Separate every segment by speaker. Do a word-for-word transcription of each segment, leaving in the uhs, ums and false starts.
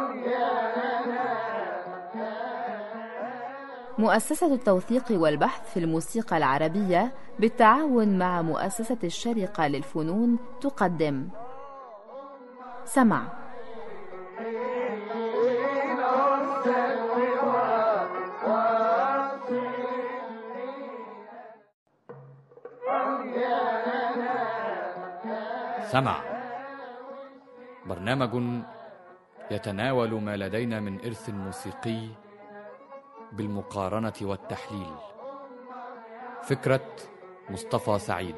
Speaker 1: مؤسسة التوثيق والبحث في الموسيقى العربية بالتعاون مع مؤسسة الشارقة للفنون تقدم سمع.
Speaker 2: سمع برنامج يتناول ما لدينا من إرث موسيقي بالمقارنة والتحليل. فكرة مصطفى سعيد.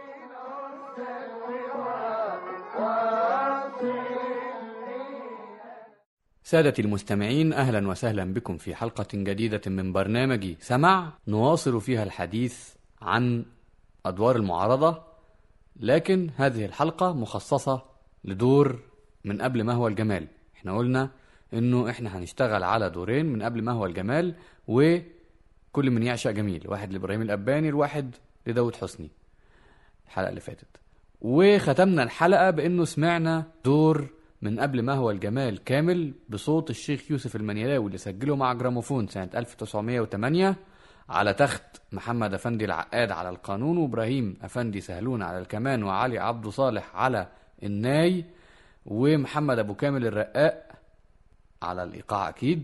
Speaker 2: سادتي المستمعين، أهلا وسهلا بكم في حلقة جديدة من برنامج سمع، نواصل فيها الحديث عن أدوار المعارضة، لكن هذه الحلقة مخصصة لدور من قبل ما هو الجمال. احنا قلنا انه احنا هنشتغل على دورين من قبل ما هو الجمال وكل من يعشق جميل، واحد لإبراهيم الأباني الواحد لداود حسني الحلقة اللي فاتت، وختمنا الحلقة بانه سمعنا دور من قبل ما هو الجمال كامل بصوت الشيخ يوسف المنيلاوي اللي سجله مع جراموفون سنة ألف وتسعمائة وثمانية على تخت محمد أفندي العقاد على القانون، وإبراهيم أفندي سهلون على الكمان، وعلي عبد صالح على الناي، ومحمد أبو كامل الرقاق على الإيقاع أكيد،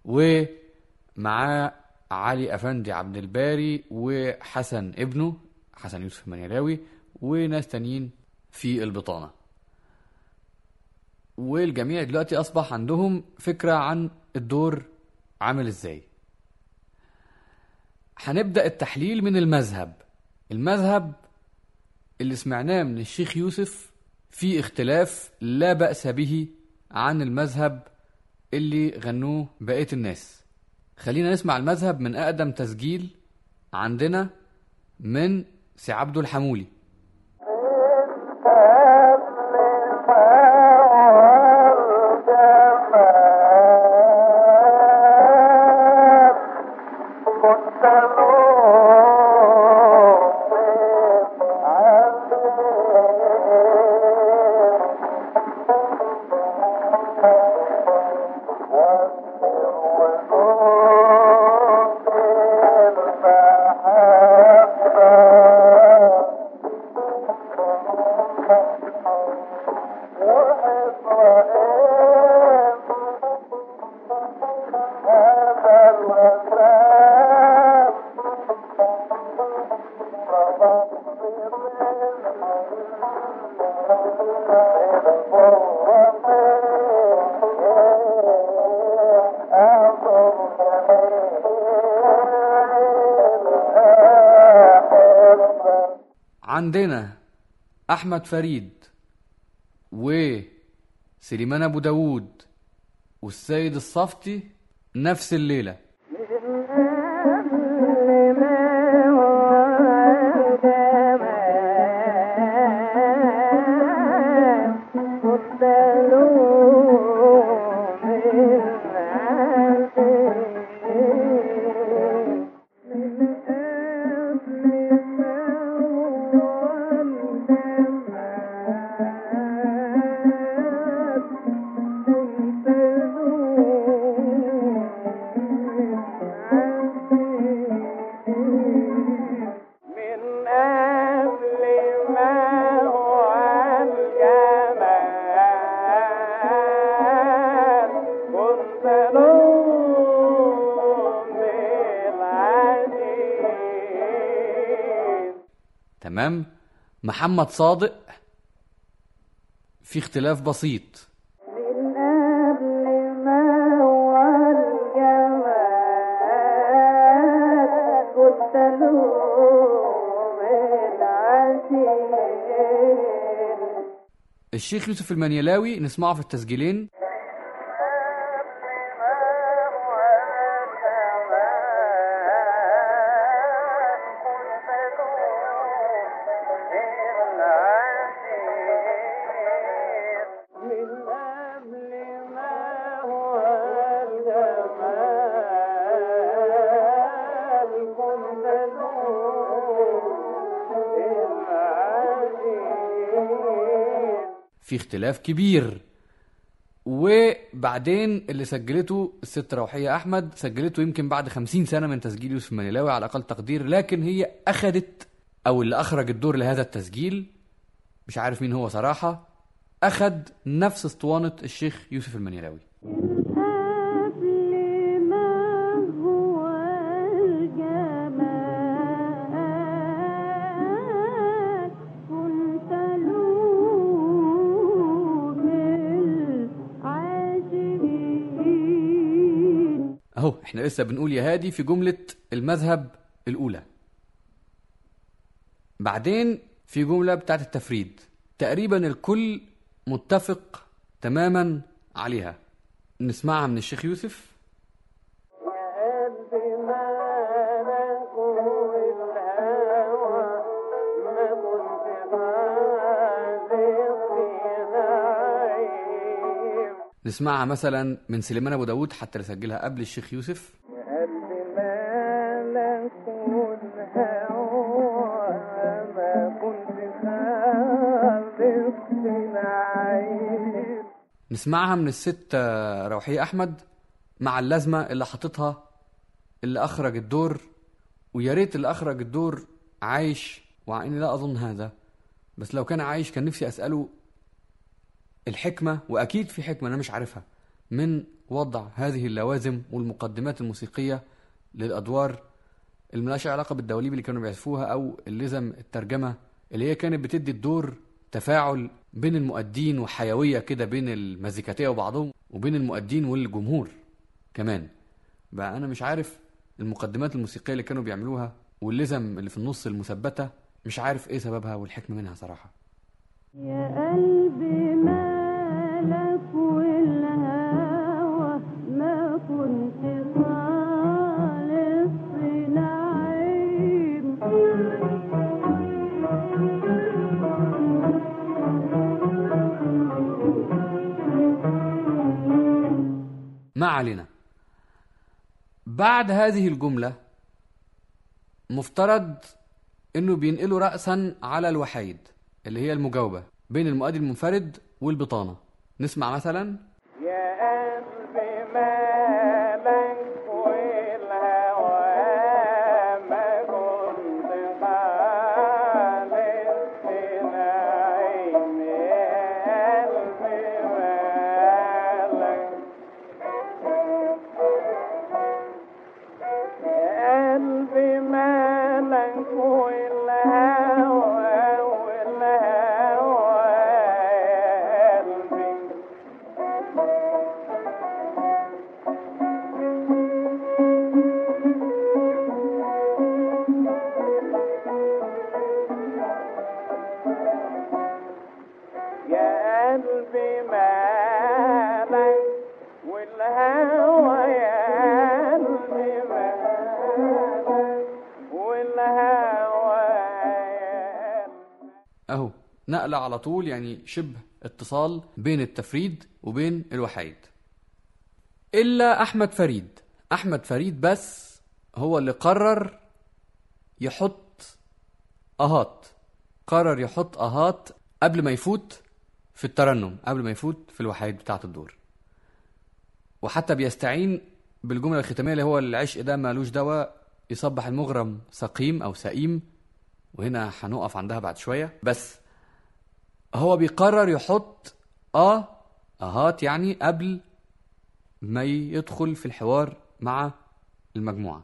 Speaker 2: ومع علي أفندي عبد الباري وحسن ابنه حسن يوسف المنيلاوي وناس تانيين في البطانة. والجميع دلوقتي أصبح عندهم فكرة عن الدور عامل إزاي. هنبدأ التحليل من المذهب. المذهب اللي سمعناه من الشيخ يوسف في اختلاف لا بأس به عن المذهب اللي غنوه بقية الناس. خلينا نسمع المذهب من أقدم تسجيل عندنا من سي عبد الحمولي. عندنا أحمد فريد وسليمان أبو داود والسيد الصفتي نفس الليلة. تمام. محمد صادق في اختلاف بسيط. الشيخ يوسف المنيلاوي نسمعه في التسجيلين. في اختلاف كبير، وبعدين اللي سجلته الست روحية أحمد سجلته يمكن بعد خمسين سنة من تسجيل يوسف المنيلاوي على أقل تقدير، لكن هي أخدت أو اللي أخرج الدور لهذا التسجيل مش عارف مين هو صراحة، أخد نفس اسطوانة الشيخ يوسف المنيلاوي. اهو احنا لسه بنقول يا هادي في جملة المذهب الأولى. بعدين في جملة بتاعت التفريد تقريبا الكل متفق تماما عليها، نسمعها من الشيخ يوسف. نسمعها مثلا من سليمان أبو داود حتى اللي سجلها قبل الشيخ يوسف. نسمعها من الست روحية أحمد مع اللازمة اللي حطتها اللي أخرج الدور، ويا ريت اللي أخرج الدور عايش، وإني لا أظن هذا، بس لو كان عايش كان نفسي أسأله الحكمة، وأكيد في حكمة أنا مش عارفها، من وضع هذه اللوازم والمقدمات الموسيقية للأدوار اللي ملهاش علاقة بالدواليب اللي كانوا بيعزفوها أو اللزم الترجمة اللي هي كانت بتدي الدور تفاعل بين المؤدين وحيوية كده بين المزيكاتية وبعضهم وبين المؤدين والجمهور كمان. بقى أنا مش عارف المقدمات الموسيقية اللي كانوا بيعملوها واللزم اللي في النص المثبتة مش عارف إيه سببها والحكمة منها صراحة.
Speaker 3: يا قلبي مالك والهوى ما كنت خالص في نعيم.
Speaker 2: ما علينا. بعد هذه الجملة مفترض انه بينقلوا رأسا على الوحيد اللي هي المجاوبة بين المؤدي المنفرد والبطانة. نسمع مثلا
Speaker 3: يا قلبي مالك والهوى ما كنت خالص في نعيم. يا قلبي مالك يا قلبي مالك والهوى
Speaker 2: اهو نقلة على طول، يعني شبه اتصال بين التفريد وبين الوحيد. إلا أحمد فريد. أحمد فريد بس هو اللي قرر يحط أهات، قرر يحط أهات قبل ما يفوت في الترنم، قبل ما يفوت في الوحيد بتاعة الدور، وحتى بيستعين بالجملة الختامية اللي هو العشق ده مالوش دواء يصبح المغرم سقيم أو سقيم، وهنا هنقف عندها بعد شوية. بس هو بيقرر يحط اه اهات يعني قبل ما يدخل في الحوار مع المجموعة.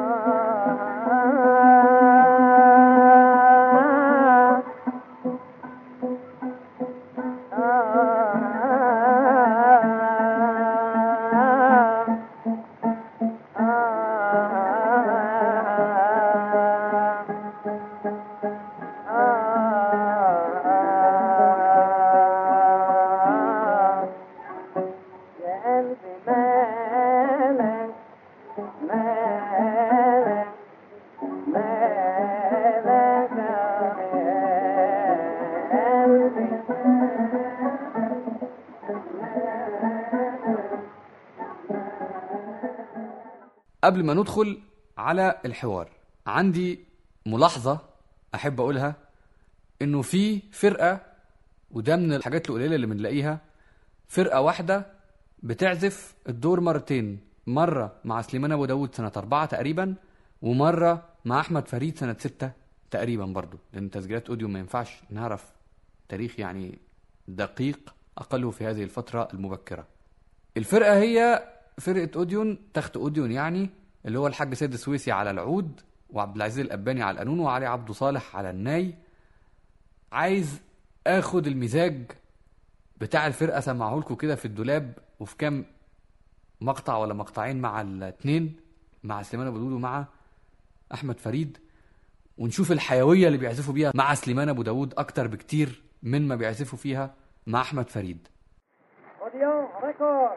Speaker 2: قبل ما ندخل على الحوار عندي ملاحظة أحب أقولها، إنه في فرقة، وده من الحاجات القليلة اللي بنلاقيها، فرقة واحدة بتعزف الدور مرتين، مرة مع سليمان أبو داود سنة أربعة تقريبا، ومرة مع أحمد فريد سنة ستة تقريبا برضو، لأن تسجيلات أوديو ما ينفعش نعرف تاريخ يعني دقيق أقله في هذه الفترة المبكرة. الفرقة هي فرقة أوديون، تخت أوديون يعني، اللي هو الحاج سيد السويسي على العود، وعبد العزيز الأباني على القانون، وعلي عبد صالح على الناي. عايز اخد المزاج بتاع الفرقة سمعه لكم كده في الدولاب، وفي كام مقطع ولا مقطعين مع الاثنين، مع سليمان أبو داود ومع أحمد فريد، ونشوف الحيوية اللي بيعزفوا بيها مع سليمان أبو داود أكتر بكتير من ما بيعزفوا فيها مع أحمد فريد.
Speaker 3: أوديو ريكورد.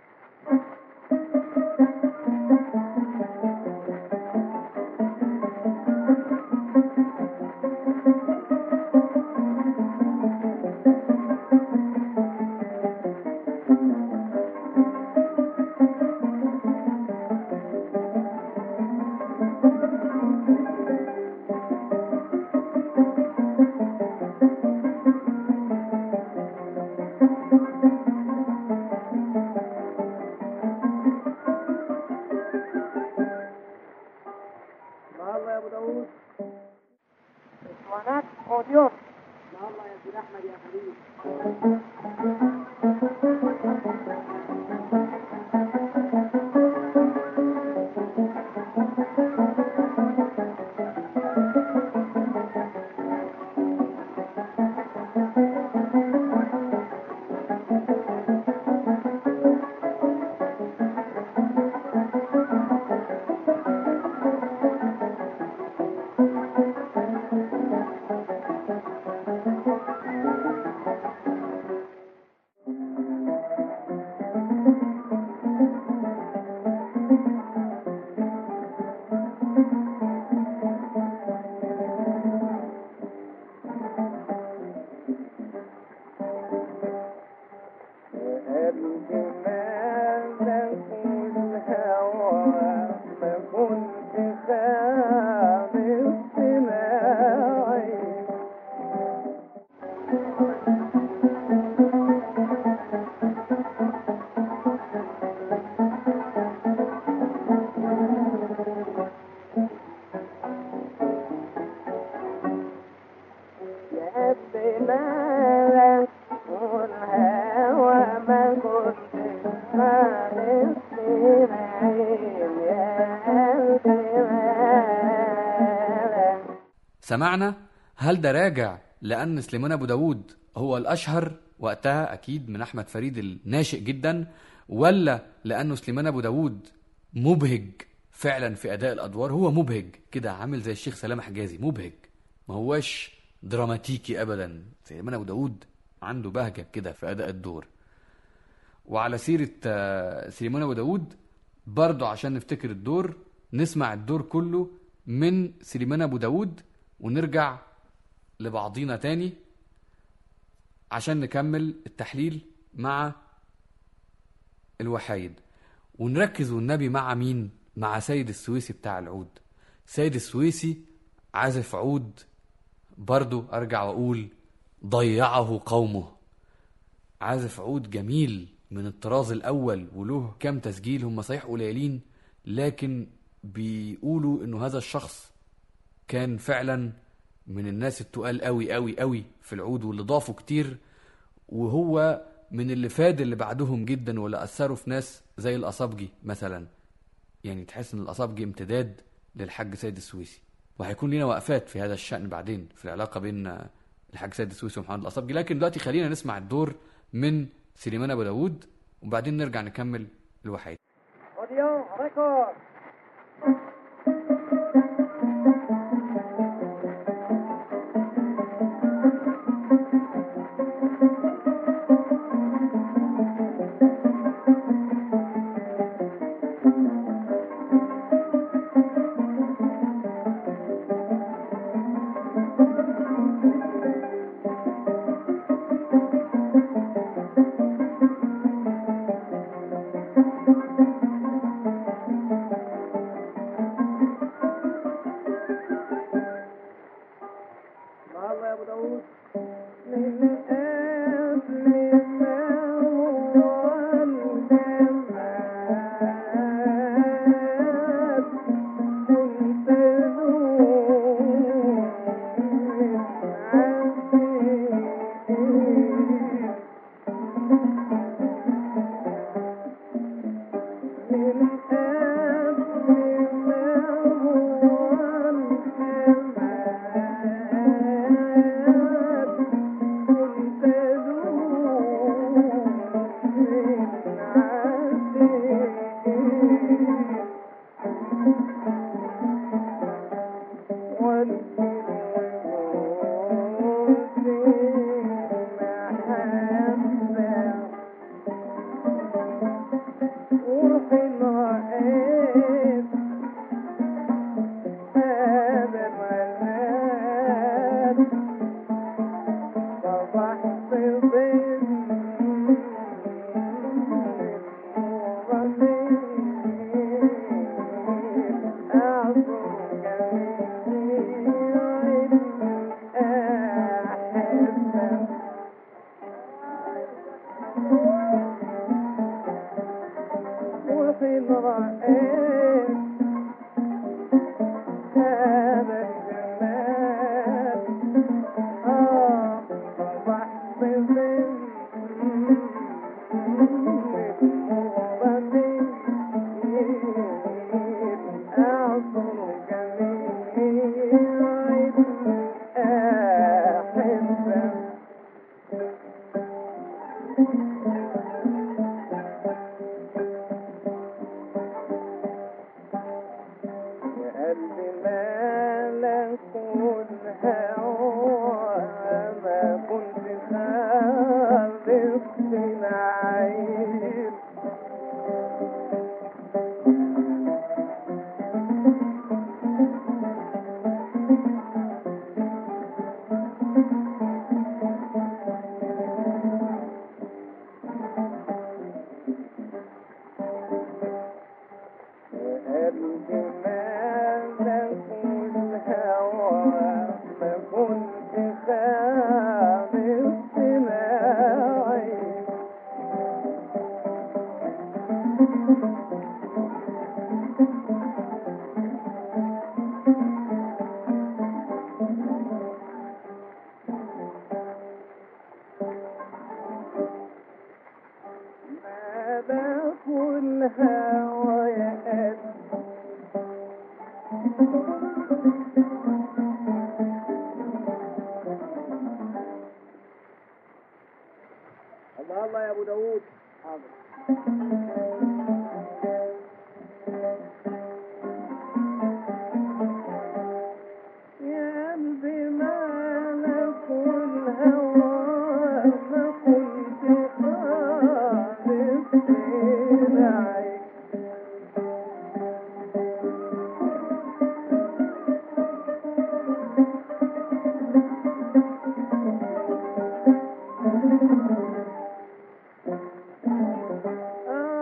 Speaker 3: اسطوانات أوديون. الله يا سيدي أحمد يا حبيبي.
Speaker 2: سمعنا. هل ده راجع لأن سليمان أبو داود هو الأشهر وقتها أكيد من أحمد فريد الناشئ جدا، ولا لأنه سليمان أبو داود مبهج فعلا في أداء الأدوار؟ هو مبهج كده، عامل زي الشيخ سلام حجازي، مبهج، ما هواش دراماتيكي أبدا. سليمان أبو داود عنده بهجة كده في أداء الدور. وعلى سيرة سليمان أبو داود برضو، عشان نفتكر الدور نسمع الدور كله من سليمان أبو داود، ونرجع لبعضينا تاني عشان نكمل التحليل مع الوحايد. ونركز والنبي مع مين؟ مع سيد السويسي بتاع العود. سيد السويسي عازف عود برضو، أرجع وأقول ضيعه قومه. عازف عود جميل من الطراز الأول، وله كام تسجيل، هم صحيح قليلين لكن بيقولوا إنه هذا الشخص كان فعلا من الناس التقال قوي قوي قوي في العود، واللي ضافوا كتير، وهو من اللي فاد اللي بعدهم جدا، واللي أثروا في ناس زي الأصابجي مثلا. يعني تحس إن الأصابجي امتداد للحاج سيد السويسي، وهيكون لنا وقفات في هذا الشأن بعدين في العلاقة بين الحاج سيد السويسي ومحمد الأصابجي. لكن دلوقتي خلينا نسمع الدور من سليمان أبو داود، وبعدين نرجع نكمل الوحيد.
Speaker 3: أوديو ريكورد. الله يا أبو داود. من قبل ما هو الله الله يا ابو داوود. حاضر.
Speaker 4: يا قلبي مالك والهوى ما كنت خالص تراعي آه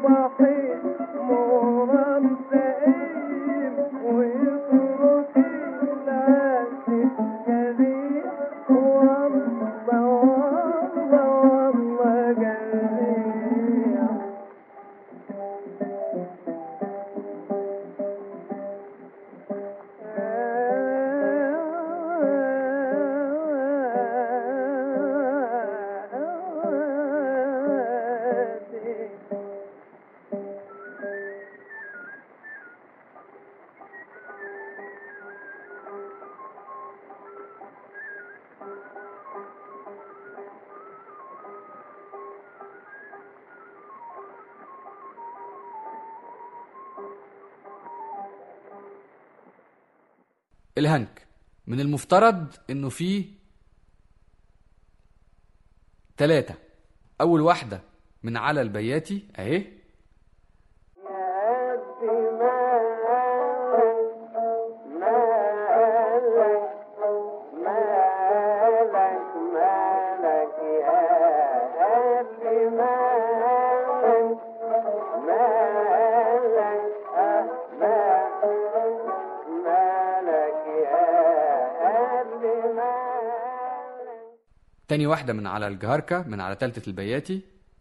Speaker 4: صحيح مربئين ويترك العاشق جريح والله والله والله جريح.
Speaker 2: الهنك من المفترض انه فيه ثلاثة. اول واحدة من على البياتي اهي، تاني واحدة من على الجهركة من على تالتة البياتي،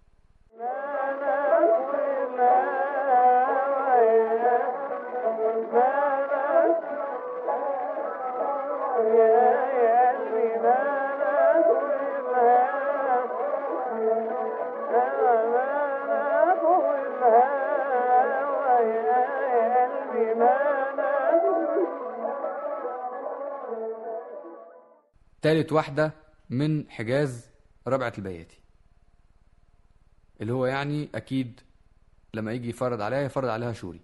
Speaker 2: تالت واحدة من حجاز رابعة البياتي، اللي هو يعني أكيد لما يجي يفرض عليها يفرض عليها شوري.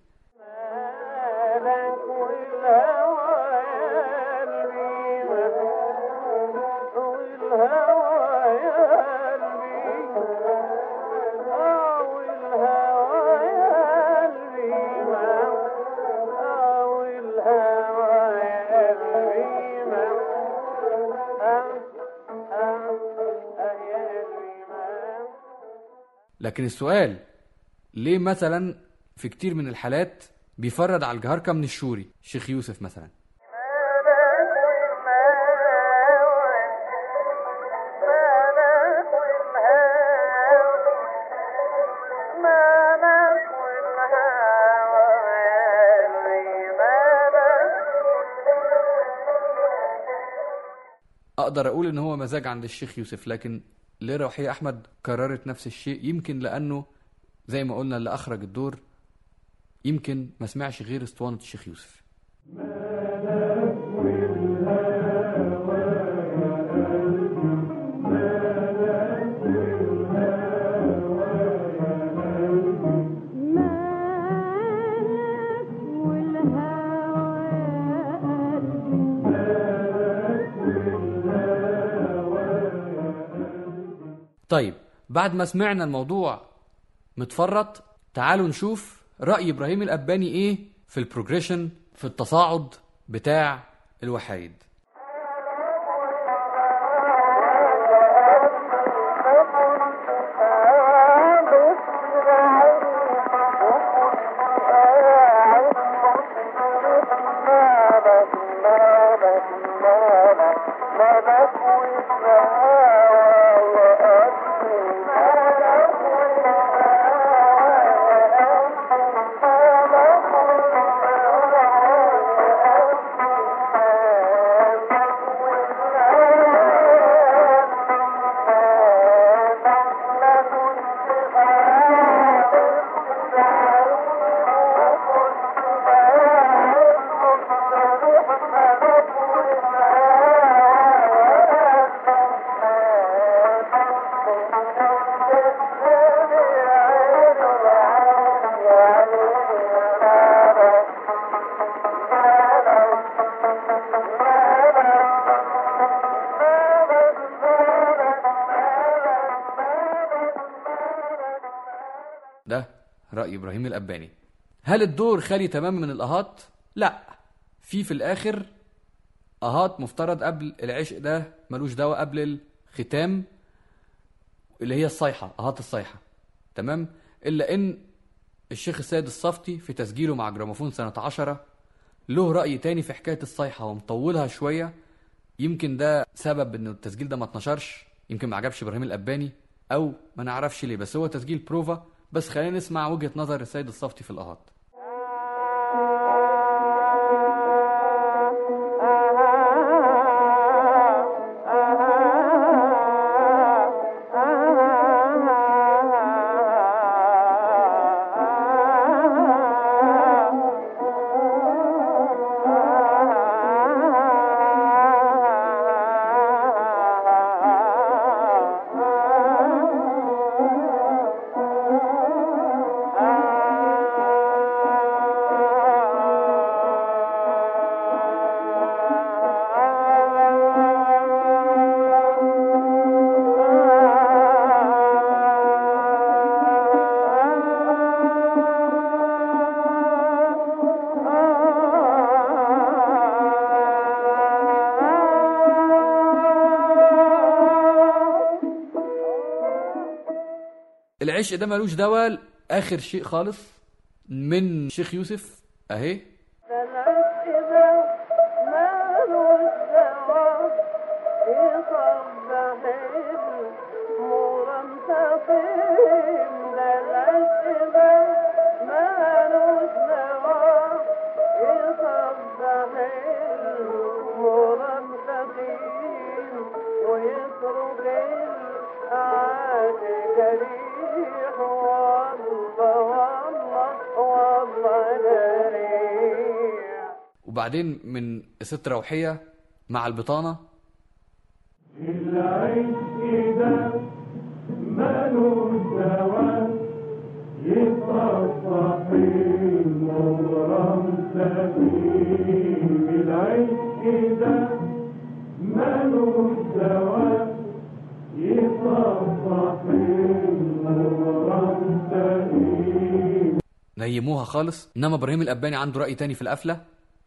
Speaker 2: لكن السؤال ليه مثلا في كتير من الحالات بيفرد على الجهركة من الشوري؟ الشيخ يوسف مثلا اقدر اقول ان هو مزاج عند الشيخ يوسف، لكن ليه روحية احمد كررت نفس الشيء؟ يمكن لانه زي ما قلنا اللي اخرج الدور يمكن ما سمعش غير اسطوانة الشيخ يوسف. طيب بعد ما سمعنا الموضوع متفرط، تعالوا نشوف رأي إبراهيم الأباني إيه في البروجريشن، في التصاعد بتاع الوحايد. ده رأي إبراهيم الأباني. هل الدور خالي تماما من الأهات؟ لا، في في الآخر أهات مفترض قبل العشق، ده ملوش دواء قبل الختام اللي هي الصيحة، أهات الصيحة، تمام؟ إلا إن الشيخ السيد الصفتي في تسجيله مع جراموفون سنة عشرة له رأي تاني في حكاية الصيحة ومطولها شوية. يمكن ده سبب ان التسجيل ده ما اتنشرش، يمكن ما عجبش ابراهيم الأباني او ما نعرفش ليه، بس هو تسجيل بروفا. بس خلينا نسمع وجهة نظر السيد الصفتي في الأهات. العشق ده ملوش دواء. اخر شيء خالص من شيخ يوسف اهي. وبعدين من ست روحية مع البطانة.
Speaker 4: العشق ده مالوش دواء يصفح المغرم سليم. العشق ده مالوش دواء يصفح المغرم سليم.
Speaker 2: نيموها خالص. انما ابراهيم الأباني عنده رأي تاني في القفلة.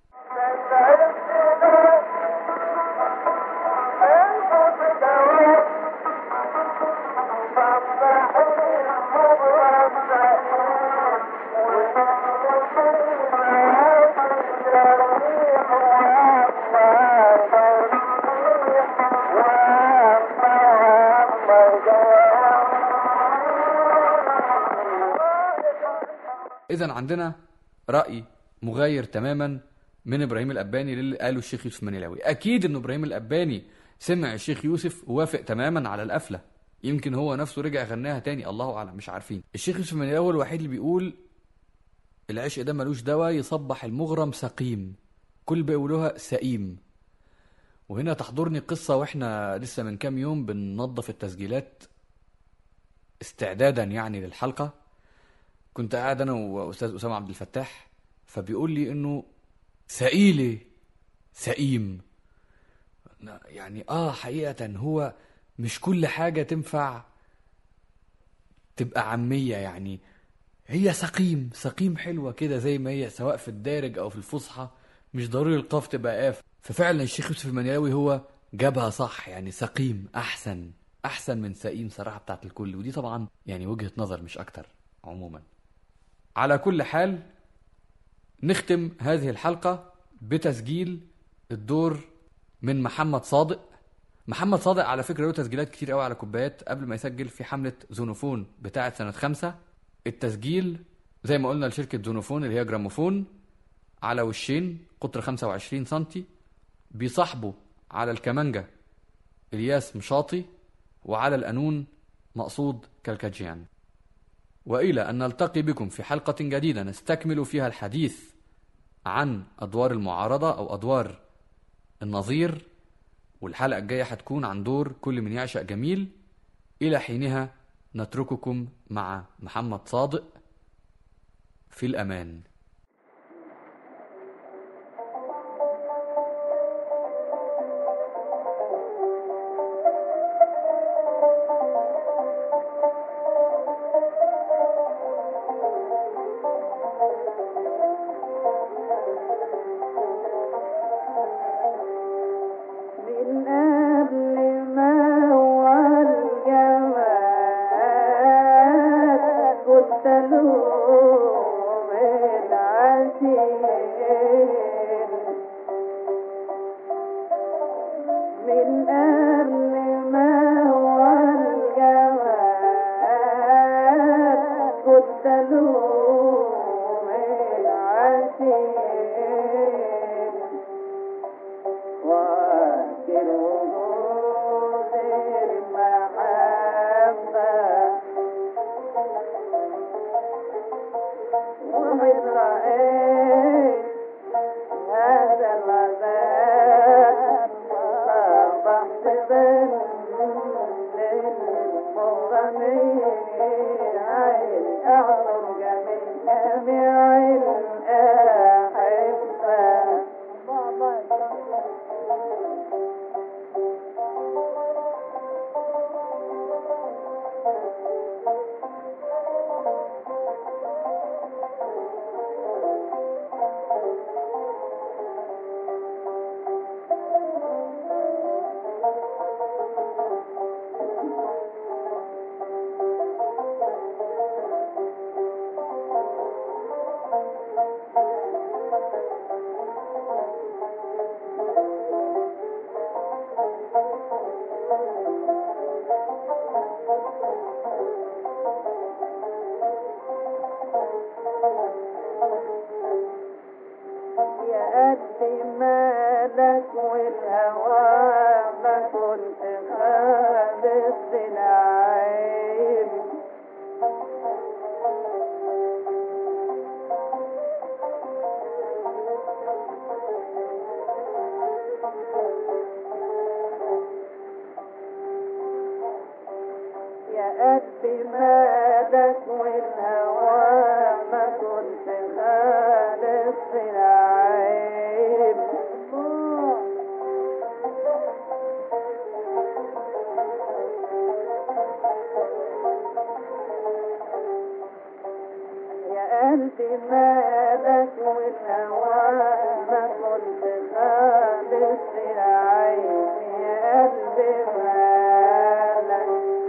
Speaker 2: إذن عندنا رأي مغاير تماما من إبراهيم الأباني للي قاله الشيخ يوسف منيلاوي. أكيد إن إبراهيم الأباني سمع الشيخ يوسف ووافق تماما على القفلة، يمكن هو نفسه رجع غناها تاني، الله أعلم، مش عارفين. الشيخ يوسف منيلاوي الوحيد اللي بيقول العشق ده ملوش دواء يصبح المغرم سقيم، كل بيقولوها سقيم. وهنا تحضرني قصة وإحنا لسه من كام يوم بننظف التسجيلات استعدادا يعني للحلقة. كنت قاعد انا واستاذ اسامه عبد الفتاح، فبيقول لي انه سئيلي سئيم. يعني اه حقيقه هو مش كل حاجه تنفع تبقى عاميه، يعني هي سقيم سقيم حلوه كده زي ما هي، سواء في الدارج او في الفصحى، مش ضروري القاف تبقى قاف. ففعلا الشيخ يوسف المنيلاوي هو جابها صح، يعني سقيم احسن احسن من سقيم صراحه بتاعت الكل. ودي طبعا يعني وجهه نظر مش اكتر. عموما على كل حال نختم هذه الحلقة بتسجيل الدور من محمد صادق. محمد صادق على فكرة له تسجيلات كتير قوي على كوبايات قبل ما يسجل في حملة زونوفون بتاعة سنة خمسة. التسجيل زي ما قلنا لشركة زونوفون اللي هي جراموفون، على وشين قطر خمسة وعشرين سنتي، بيصاحبه على الكمانجة الياس مشاطي، وعلى القانون مقصود كالكاجيان. وإلى أن نلتقي بكم في حلقة جديدة نستكمل فيها الحديث عن أدوار المعارضة أو أدوار النظير، والحلقة الجاية هتكون عن دور كل من يعشق جميل. إلى حينها نترككم مع محمد صادق في الأمان.
Speaker 4: قلت له
Speaker 3: تلوم العشير وأنكر وجود المحبة ومن رأيت هذا العذاب صبحت ظل للمغرمين عين أعظم جميع الأحبة مالك والهوى ما كنت خالص العين يا قلبي مالك والهوى ما كنت خالص العين قلبي مالك والهوى ما كنت خالص العين يا قلبي مالك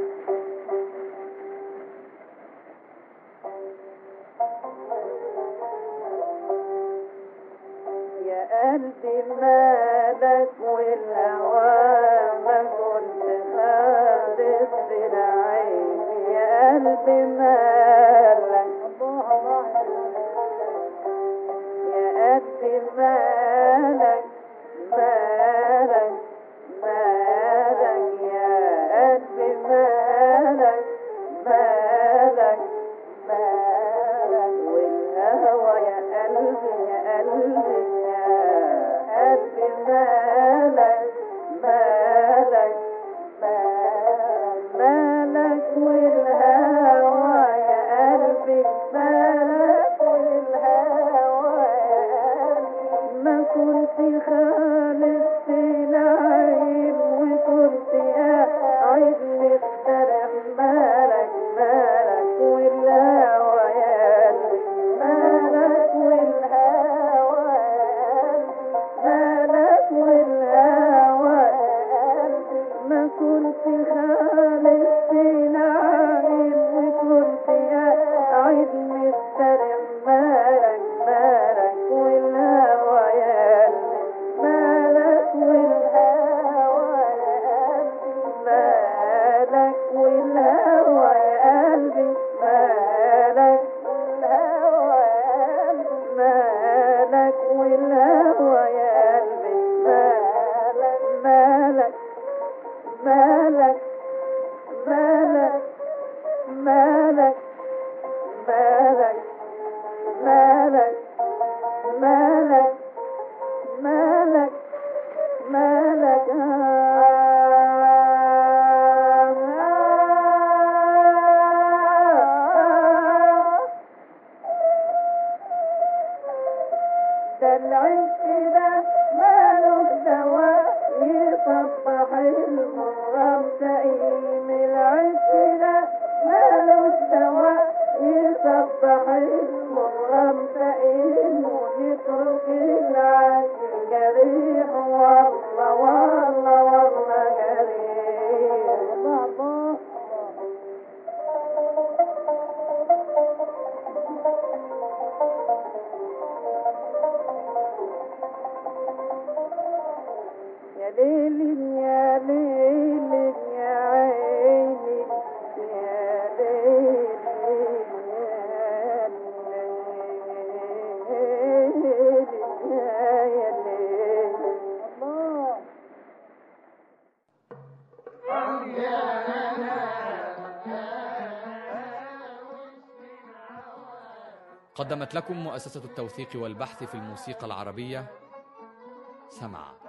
Speaker 3: يا قلبي مالك والهوى ما كنت خالص العين يا قلبي مالك مالك مالك مالك يا قلبي مالك مالك مالك والهوى يا قلبي يا قلبي يا قلبي مالك مالك مالك والهوى يا قلبي مالك والهوى ما كنت خالص العين وكنت قاعد مستريح مالك مالك والهوى يا قلبي مالك والهوى مالك والهوى ما كنت خالص العين وكنت قاعد مستريح مالك مالك والهوى مالك والهوى مالك والهوى يا قلبي مالك والهوى مالك والهوى يا قلبي مالك مالك مالك مالك مالك مالك مالك مالك مالك مالك ده العشق ده مالوش دواء يصبح المغرم سقيم العشق ده مالوش دواء يصبح المغرم سقيم ويترك العاشق جريح والله والله والله جريح بابا يا ليل يا ليل يا عيني يا ليل يا
Speaker 2: قدمت لكم مؤسسة التوثيق والبحث في الموسيقى العربية سمع.